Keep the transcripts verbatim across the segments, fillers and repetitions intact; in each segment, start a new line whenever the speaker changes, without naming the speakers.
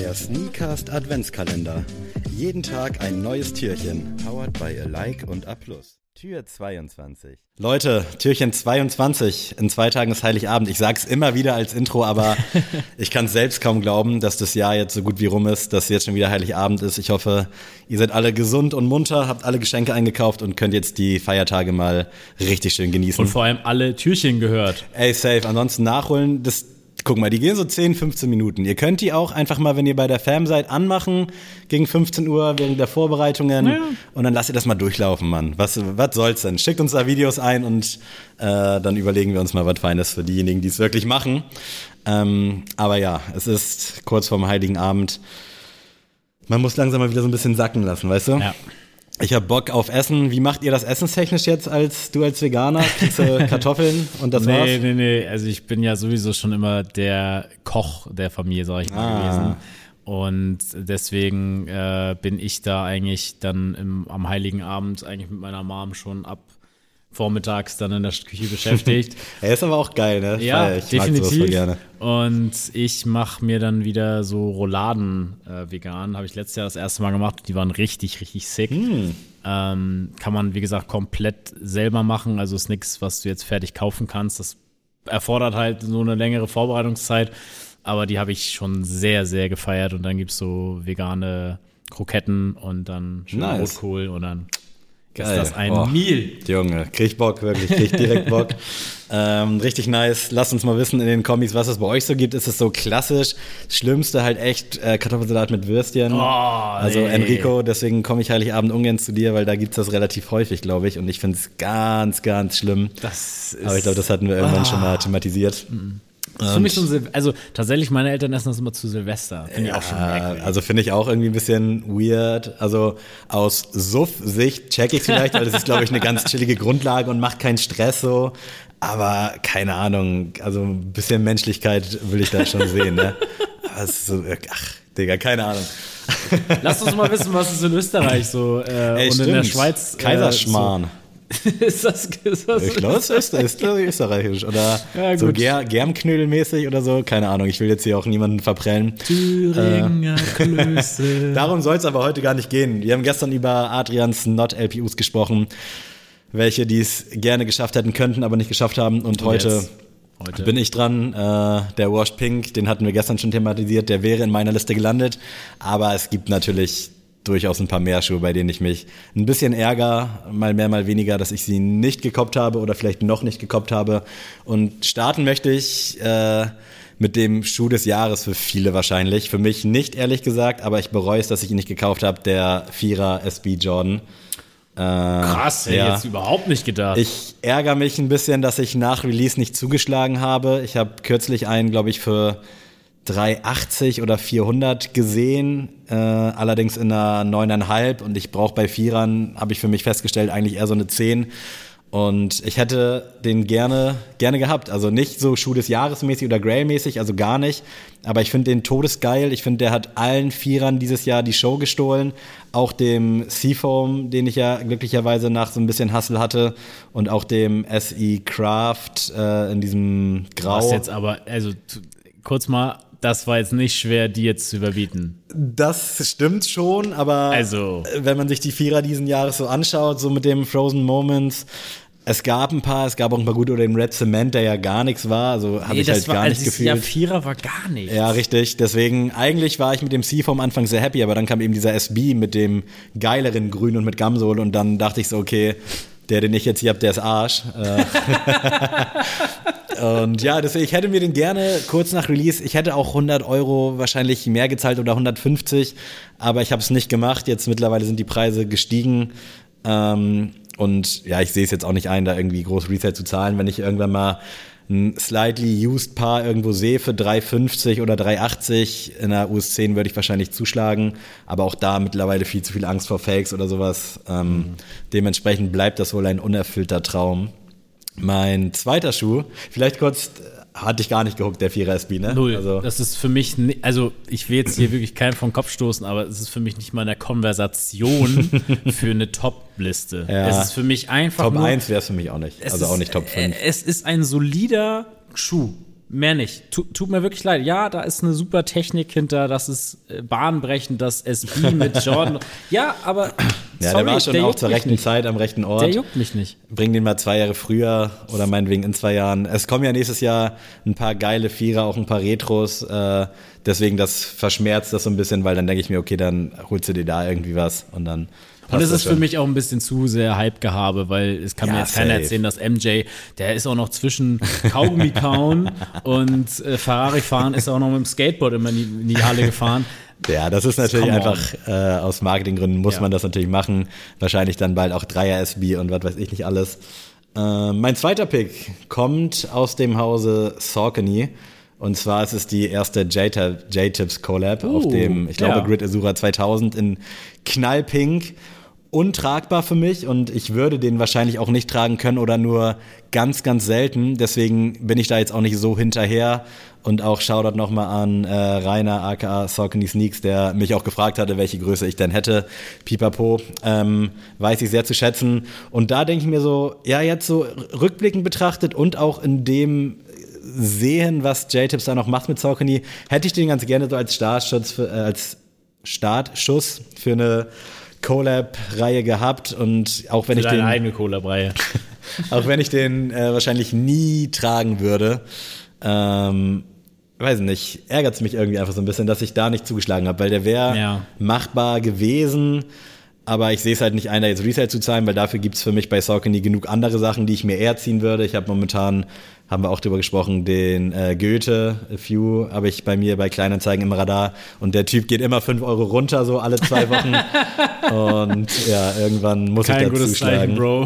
Der Sneakcast Adventskalender. Jeden Tag ein neues Türchen. Powered by Alike und A plus. Tür zweiundzwanzig. Leute, Türchen zweiundzwanzig. In zwei Tagen ist Heiligabend. Ich sag's immer wieder als Intro, aber ich kann es selbst kaum glauben, dass das Jahr jetzt so gut wie rum ist, dass jetzt schon wieder Heiligabend ist. Ich hoffe, ihr seid alle gesund und munter, habt alle Geschenke eingekauft und könnt jetzt die Feiertage mal richtig schön genießen.
Und vor allem alle Türchen gehört.
Ey, safe. Ansonsten nachholen, das... Guck mal, die gehen so zehn, fünfzehn Minuten. Ihr könnt die auch einfach mal, wenn ihr bei der Fam seid, anmachen, gegen fünfzehn Uhr, während der Vorbereitungen. Ja. Und dann lasst ihr das mal durchlaufen, Mann. Was, was soll's denn? Schickt uns da Videos ein und äh, dann überlegen wir uns mal was Feines für diejenigen, die es wirklich machen. Ähm, aber ja, es ist kurz vorm Heiligen Abend. Man muss langsam mal wieder so ein bisschen sacken lassen, weißt du?
Ja.
Ich hab Bock auf Essen. Wie macht ihr das essenstechnisch jetzt als du als Veganer? Kriegst du Kartoffeln und das
nee,
war's?
Nee, nee, nee. Also ich bin ja sowieso schon immer der Koch der Familie, sag ich mal,
ah.
gewesen. Und deswegen äh, bin ich da eigentlich dann im, am Heiligen Abend eigentlich mit meiner Mom schon ab vormittags dann in der Küche beschäftigt.
Er ist aber auch geil, ne?
Ja,
ich
definitiv.
Mag sowas voll gerne.
Und ich mache mir dann wieder so Rouladen äh, vegan. Habe ich letztes Jahr das erste Mal gemacht. Die waren richtig, richtig sick.
Hm.
Ähm, kann man, wie gesagt, komplett selber machen. Also ist nichts, was du jetzt fertig kaufen kannst. Das erfordert halt so eine längere Vorbereitungszeit. Aber die habe ich schon sehr, sehr gefeiert. Und dann gibt's so vegane Kroketten und dann schön
nice.
Rotkohl und dann
Geil.
ist das ein
oh,
Meal.
Junge, krieg Bock, wirklich, krieg direkt Bock. ähm, richtig nice. Lasst uns mal wissen in den Kommis, was es bei euch so gibt. Ist es so klassisch? Das Schlimmste halt echt äh, Kartoffelsalat mit Würstchen.
Oh,
also
nee.
Enrico, deswegen komme ich Heiligabend ungern zu dir, weil da gibt's das relativ häufig, glaube ich. Und ich finde es ganz, ganz schlimm.
Das ist,
Aber ich glaube, das hatten wir irgendwann
ah.
schon mal thematisiert.
Mhm. Das ist für mich so ein Sil- also tatsächlich, meine Eltern essen das immer zu Silvester. Finde ich
ja,
auch schon merkwürdig.
Also finde ich auch irgendwie ein bisschen weird. Also aus Suff-Sicht check ich vielleicht, weil das ist, glaube ich, eine ganz chillige Grundlage und macht keinen Stress so. Aber keine Ahnung, also ein bisschen Menschlichkeit will ich da schon sehen, ne? Aber es ist so, ach, Digga, keine Ahnung.
Lass uns mal wissen, was es in Österreich so äh,
Ey,
und
stimmt.
in der Schweiz
Kaiserschmarrn.
Äh, so ist das, ist das
Ich glaube, es ist, ist österreichisch oder
ja,
so
gut.
Ger- Germknödelmäßig oder so. Keine Ahnung, ich will jetzt hier auch niemanden verprellen.
Thüringer äh, Klöße.
Darum soll es aber heute gar nicht gehen. Wir haben gestern über Adrians Not-L P Us gesprochen, welche die es gerne geschafft hätten könnten, aber nicht geschafft haben. Und, Und heute, heute bin ich dran. Äh, der Washed Pink, den hatten wir gestern schon thematisiert, der wäre in meiner Liste gelandet. Aber es gibt natürlich durchaus ein paar mehr Schuhe, bei denen ich mich ein bisschen ärgere, mal mehr, mal weniger, dass ich sie nicht gekauft habe oder vielleicht noch nicht gekauft habe. Und starten möchte ich äh, mit dem Schuh des Jahres für viele wahrscheinlich. Für mich nicht, ehrlich gesagt, aber ich bereue es, dass ich ihn nicht gekauft habe, der Vierer S B Jordan. Äh,
Krass, hätte ich
ja.
jetzt überhaupt nicht gedacht.
Ich ärgere mich ein bisschen, dass ich nach Release nicht zugeschlagen habe. Ich habe kürzlich einen, glaube ich, für dreihundertachtzig oder vierhundert gesehen, äh, allerdings in einer neun Komma fünf und ich brauche bei Vierern, habe ich für mich festgestellt, eigentlich eher so eine zehn und ich hätte den gerne gerne gehabt, also nicht so Schuh des Jahres mäßig oder Grail-mäßig, also gar nicht, aber ich finde den todesgeil, ich finde, der hat allen Vierern dieses Jahr die Show gestohlen, auch dem Seafoam, den ich ja glücklicherweise nach so ein bisschen Hustle hatte und auch dem S E Craft äh, in diesem Grau.
Was jetzt aber, also t- kurz mal, das war jetzt nicht schwer, die jetzt zu überbieten.
Das stimmt schon, aber
also.
wenn man sich die Vierer diesen Jahres so anschaut, so mit dem Frozen Moments, es gab ein paar, es gab auch ein paar gute, oder den Red Cement, der ja gar nichts war, also habe
nee,
ich halt
war,
gar nicht
also
gefühlt.
Ja, Vierer war gar nichts.
Ja, richtig, deswegen, eigentlich war ich mit dem Seafoam am Anfang sehr happy, aber dann kam eben dieser S B mit dem geileren Grün und mit Gamsol und dann dachte ich so, okay, der, den ich jetzt hier hab, der ist Arsch. Und ja, deswegen, ich hätte mir den gerne kurz nach Release, ich hätte auch hundert Euro wahrscheinlich mehr gezahlt oder hundertfünfzig, aber ich habe es nicht gemacht. Jetzt mittlerweile sind die Preise gestiegen. Ähm, und ja, ich sehe es jetzt auch nicht ein, da irgendwie groß Resale zu zahlen, wenn ich irgendwann mal ein slightly used Paar irgendwo sehe für drei fünfzig oder drei achtzig. In der U S zehn würde ich wahrscheinlich zuschlagen, aber auch da mittlerweile viel zu viel Angst vor Fakes oder sowas. Ähm, mhm. Dementsprechend bleibt das wohl ein unerfüllter Traum. Mein zweiter Schuh, vielleicht kurz, hatte ich gar nicht gehuckt, der Vierer S B, ne?
Null.
Also.
Das ist für mich, ni- also ich will jetzt hier wirklich keinen vom Kopf stoßen, aber es ist für mich nicht mal eine Konversation für eine Top-Liste.
Ja.
Es ist für mich einfach
Top
nur,
eins wäre es für mich auch nicht, also
ist,
auch nicht Top fünf.
Es ist ein solider Schuh. Mehr nicht. Tut, tut mir wirklich leid. Ja, da ist eine super Technik hinter, das ist äh, bahnbrechend, das S B mit Jordan. Ja, aber
ja,
sorry,
der war schon
der
auch
juckt
zur
mich
rechten
nicht.
Zeit am rechten Ort.
Der juckt mich nicht.
Bring den mal zwei Jahre früher oder meinetwegen in zwei Jahren. Es kommen ja nächstes Jahr ein paar geile Vierer, auch ein paar Retros. Äh, deswegen, das verschmerzt das so ein bisschen, weil dann denke ich mir, okay, dann holst du dir da irgendwie was und dann
Und es ist für mich auch ein bisschen zu sehr Hype-Gehabe, weil es kann
ja,
mir jetzt keiner
safe.
erzählen, dass M J, der ist auch noch zwischen Kaugummi kauen und äh, Ferrari fahren, ist auch noch mit dem Skateboard immer in die, in die Halle gefahren.
Ja, das ist natürlich
Come
einfach, äh, aus Marketinggründen muss
Ja.
man das natürlich machen. Wahrscheinlich dann bald auch Dreier S B und was weiß ich nicht alles. Äh, mein zweiter Pick kommt aus dem Hause Saucony. Und zwar ist es die erste J-Tips Collab
Uh,
auf dem, ich glaube,
ja.
Grid Azura zweitausend in knallpink. Untragbar für mich und ich würde den wahrscheinlich auch nicht tragen können oder nur ganz, ganz selten. Deswegen bin ich da jetzt auch nicht so hinterher. Und auch Shoutout nochmal an äh, Rainer, aka Saucony Sneaks, der mich auch gefragt hatte, welche Größe ich denn hätte. Pipapo, ähm, weiß ich sehr zu schätzen. Und da denke ich mir so, ja, jetzt so rückblickend betrachtet und auch in dem Sehen, was J-Tips da noch macht mit Saucony, hätte ich den ganz gerne so als Startschutz, für, äh, als Startschuss für eine Collab-Reihe gehabt und auch wenn
Für
ich
deine
den,
eigene Cola-Breie.
auch wenn ich den äh, wahrscheinlich nie tragen würde, ähm, weiß nicht, ärgert es mich irgendwie einfach so ein bisschen, dass ich da nicht zugeschlagen habe, weil der wäre
Ja.
machbar gewesen, aber ich sehe es halt nicht ein, da jetzt Resale zu zahlen, weil dafür gibt es für mich bei Saucony genug andere Sachen, die ich mir eher ziehen würde. Ich habe momentan, haben wir auch drüber gesprochen, den äh, Goethe A Few habe ich bei mir bei Kleinanzeigen im Radar und der Typ geht immer fünf Euro runter, so alle zwei Wochen und ja, irgendwann muss
Kein
ich da
gutes
zuschlagen.
Zeichen, Bro.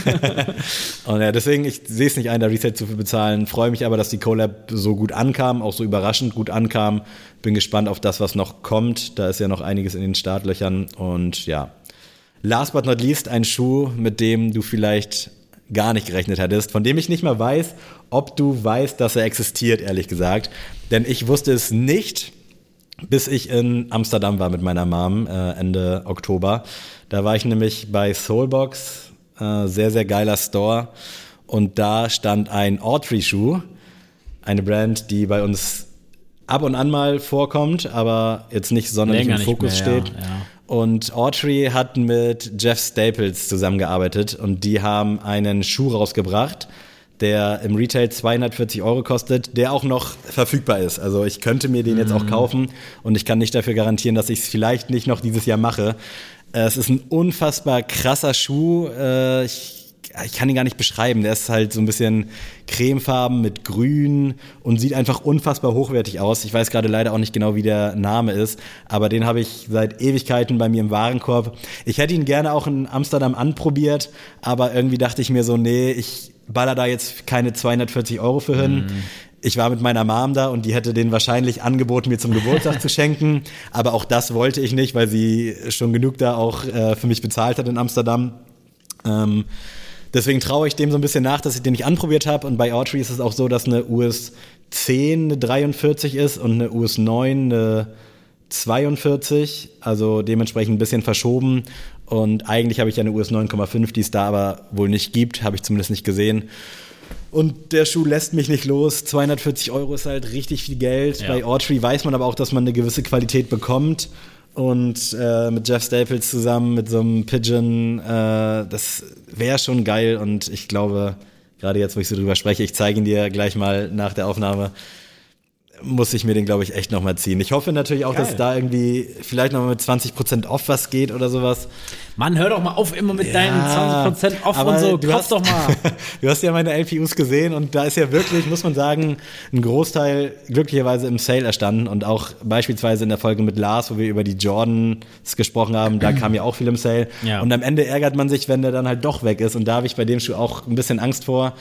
Und ja, deswegen, ich sehe es nicht ein, da Resale zu viel bezahlen, freue mich aber, dass die Collab so gut ankam, auch so überraschend gut ankam. Bin gespannt auf das, was noch kommt, da ist ja noch einiges in den Startlöchern und ja. Last but not least, ein Schuh, mit dem du vielleicht gar nicht gerechnet hättest, von dem ich nicht mal weiß, ob du weißt, dass er existiert, ehrlich gesagt. Denn ich wusste es nicht, bis ich in Amsterdam war mit meiner Mom äh, Ende Oktober. Da war ich nämlich bei Soulbox, äh, sehr, sehr geiler Store. Und da stand ein Autry-Schuh, eine Brand, die bei uns ab und an mal vorkommt, aber jetzt nicht sonderlich
Länger
im
nicht
Fokus
mehr,
steht.
ja, ja.
Und Autry hat mit Jeff Staples zusammengearbeitet und die haben einen Schuh rausgebracht, der im Retail zweihundertvierzig Euro kostet, der auch noch verfügbar ist. Also ich könnte mir den jetzt auch kaufen und ich kann nicht dafür garantieren, dass ich es vielleicht nicht noch dieses Jahr mache. Es ist ein unfassbar krasser Schuh. Ich Ich kann ihn gar nicht beschreiben. Der ist halt so ein bisschen cremefarben mit grün und sieht einfach unfassbar hochwertig aus. Ich weiß gerade leider auch nicht genau, wie der Name ist, aber den habe ich seit Ewigkeiten bei mir im Warenkorb. Ich hätte ihn gerne auch in Amsterdam anprobiert, aber irgendwie dachte ich mir so, nee, ich baller da jetzt keine zweihundertvierzig Euro für hin. Mhm. Ich war mit meiner Mom da und die hätte den wahrscheinlich angeboten, mir zum Geburtstag zu schenken, aber auch das wollte ich nicht, weil sie schon genug da auch äh, für mich bezahlt hat in Amsterdam. Ähm, Deswegen traue ich dem so ein bisschen nach, dass ich den nicht anprobiert habe. Und bei Autry ist es auch so, dass eine U S zehn eine dreiundvierzig ist und eine U S neun eine zweiundvierzig. Also dementsprechend ein bisschen verschoben. Und eigentlich habe ich eine U S neun Komma fünf, die es da aber wohl nicht gibt. Habe ich zumindest nicht gesehen. Und der Schuh lässt mich nicht los. zweihundertvierzig Euro ist halt richtig viel Geld. Ja. Bei Autry weiß man aber auch, dass man eine gewisse Qualität bekommt. Und äh, mit Jeff Staples zusammen, mit so einem Pigeon, äh, das wäre schon geil. Und ich glaube, gerade jetzt, wo ich so drüber spreche, ich zeige ihn dir gleich mal nach der Aufnahme, muss ich mir den, glaube ich, echt nochmal ziehen. Ich hoffe natürlich auch, geil, dass da irgendwie vielleicht nochmal mit zwanzig Prozent off was geht oder sowas.
Mann, hör doch mal auf immer mit ja, deinen zwanzig Prozent off und so.
Du hast doch mal. Du hast ja meine L P Us gesehen und da ist ja wirklich, muss man sagen, ein Großteil glücklicherweise im Sale erstanden und auch beispielsweise in der Folge mit Lars, wo wir über die Jordans gesprochen haben, da kam ja auch viel im Sale. Ja. Und am Ende ärgert man sich, wenn der dann halt doch weg ist und da habe ich bei dem Schuh auch ein bisschen Angst vor.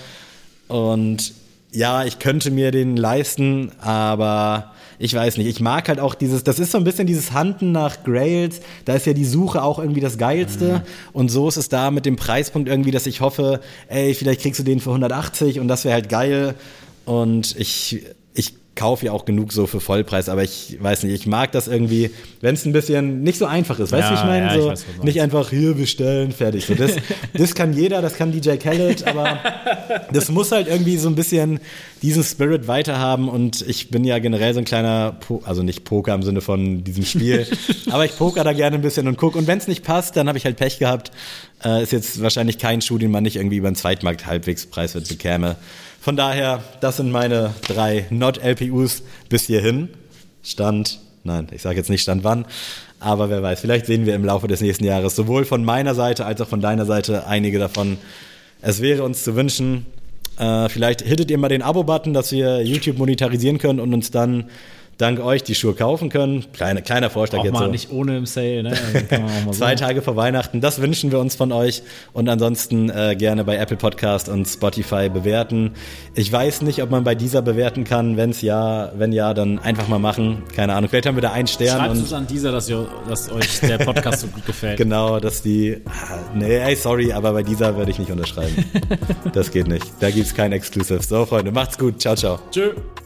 Und ja, ich könnte mir den leisten, aber ich weiß nicht. Ich mag halt auch dieses, das ist so ein bisschen dieses Hunten nach Grails. Da ist ja die Suche auch irgendwie das Geilste. Mhm. Und so ist es da mit dem Preispunkt irgendwie, dass ich hoffe, ey, vielleicht kriegst du den für hundertachtzig und das wäre halt geil. Und ich, ich kaufe ja auch genug so für Vollpreis, aber ich weiß nicht, ich mag das irgendwie, wenn es ein bisschen nicht so einfach ist, weißt du,
Ja,
wie ich meine?
ja,
so,
ich weiß, was du
nicht
meinst.
einfach hier bestellen, fertig. So, das, das kann jeder, das kann D J Khaled, aber das muss halt irgendwie so ein bisschen diesen Spirit weiterhaben und ich bin ja generell so ein kleiner, po- also nicht Poker im Sinne von diesem Spiel, aber ich poker da gerne ein bisschen und gucke und wenn es nicht passt, dann habe ich halt Pech gehabt. Äh, ist jetzt wahrscheinlich kein Schuh, den man nicht irgendwie über den Zweitmarkt halbwegs preiswert bekäme. Von daher, das sind meine drei Not-L P Us bis hierhin. Stand, nein, ich sage jetzt nicht Stand wann, aber wer weiß, vielleicht sehen wir im Laufe des nächsten Jahres sowohl von meiner Seite als auch von deiner Seite einige davon. Es wäre uns zu wünschen, äh, vielleicht hittet ihr mal den Abo-Button, dass wir YouTube monetarisieren können und uns dann dank euch die Schuhe kaufen können. Kleine, kleiner Vorschlag
Auch
jetzt
mal
so.
nicht ohne im Sale, ne? Also kann man auch mal
Zwei
so.
Tage vor Weihnachten, das wünschen wir uns von euch und ansonsten äh, gerne bei Apple Podcast und Spotify bewerten. Ich weiß nicht, ob man bei dieser bewerten kann, wenn's ja, wenn ja, dann einfach mal machen. Keine Ahnung, vielleicht haben wir da einen Stern
Schreibt
und
uns an dieser, dass, ihr, dass euch der Podcast so gut gefällt.
genau, dass die, ah, nee, ey, sorry, aber bei dieser würde ich nicht unterschreiben. Das geht nicht, da gibt's kein Exclusive. So Freunde, macht's gut, ciao, ciao.
Tschö.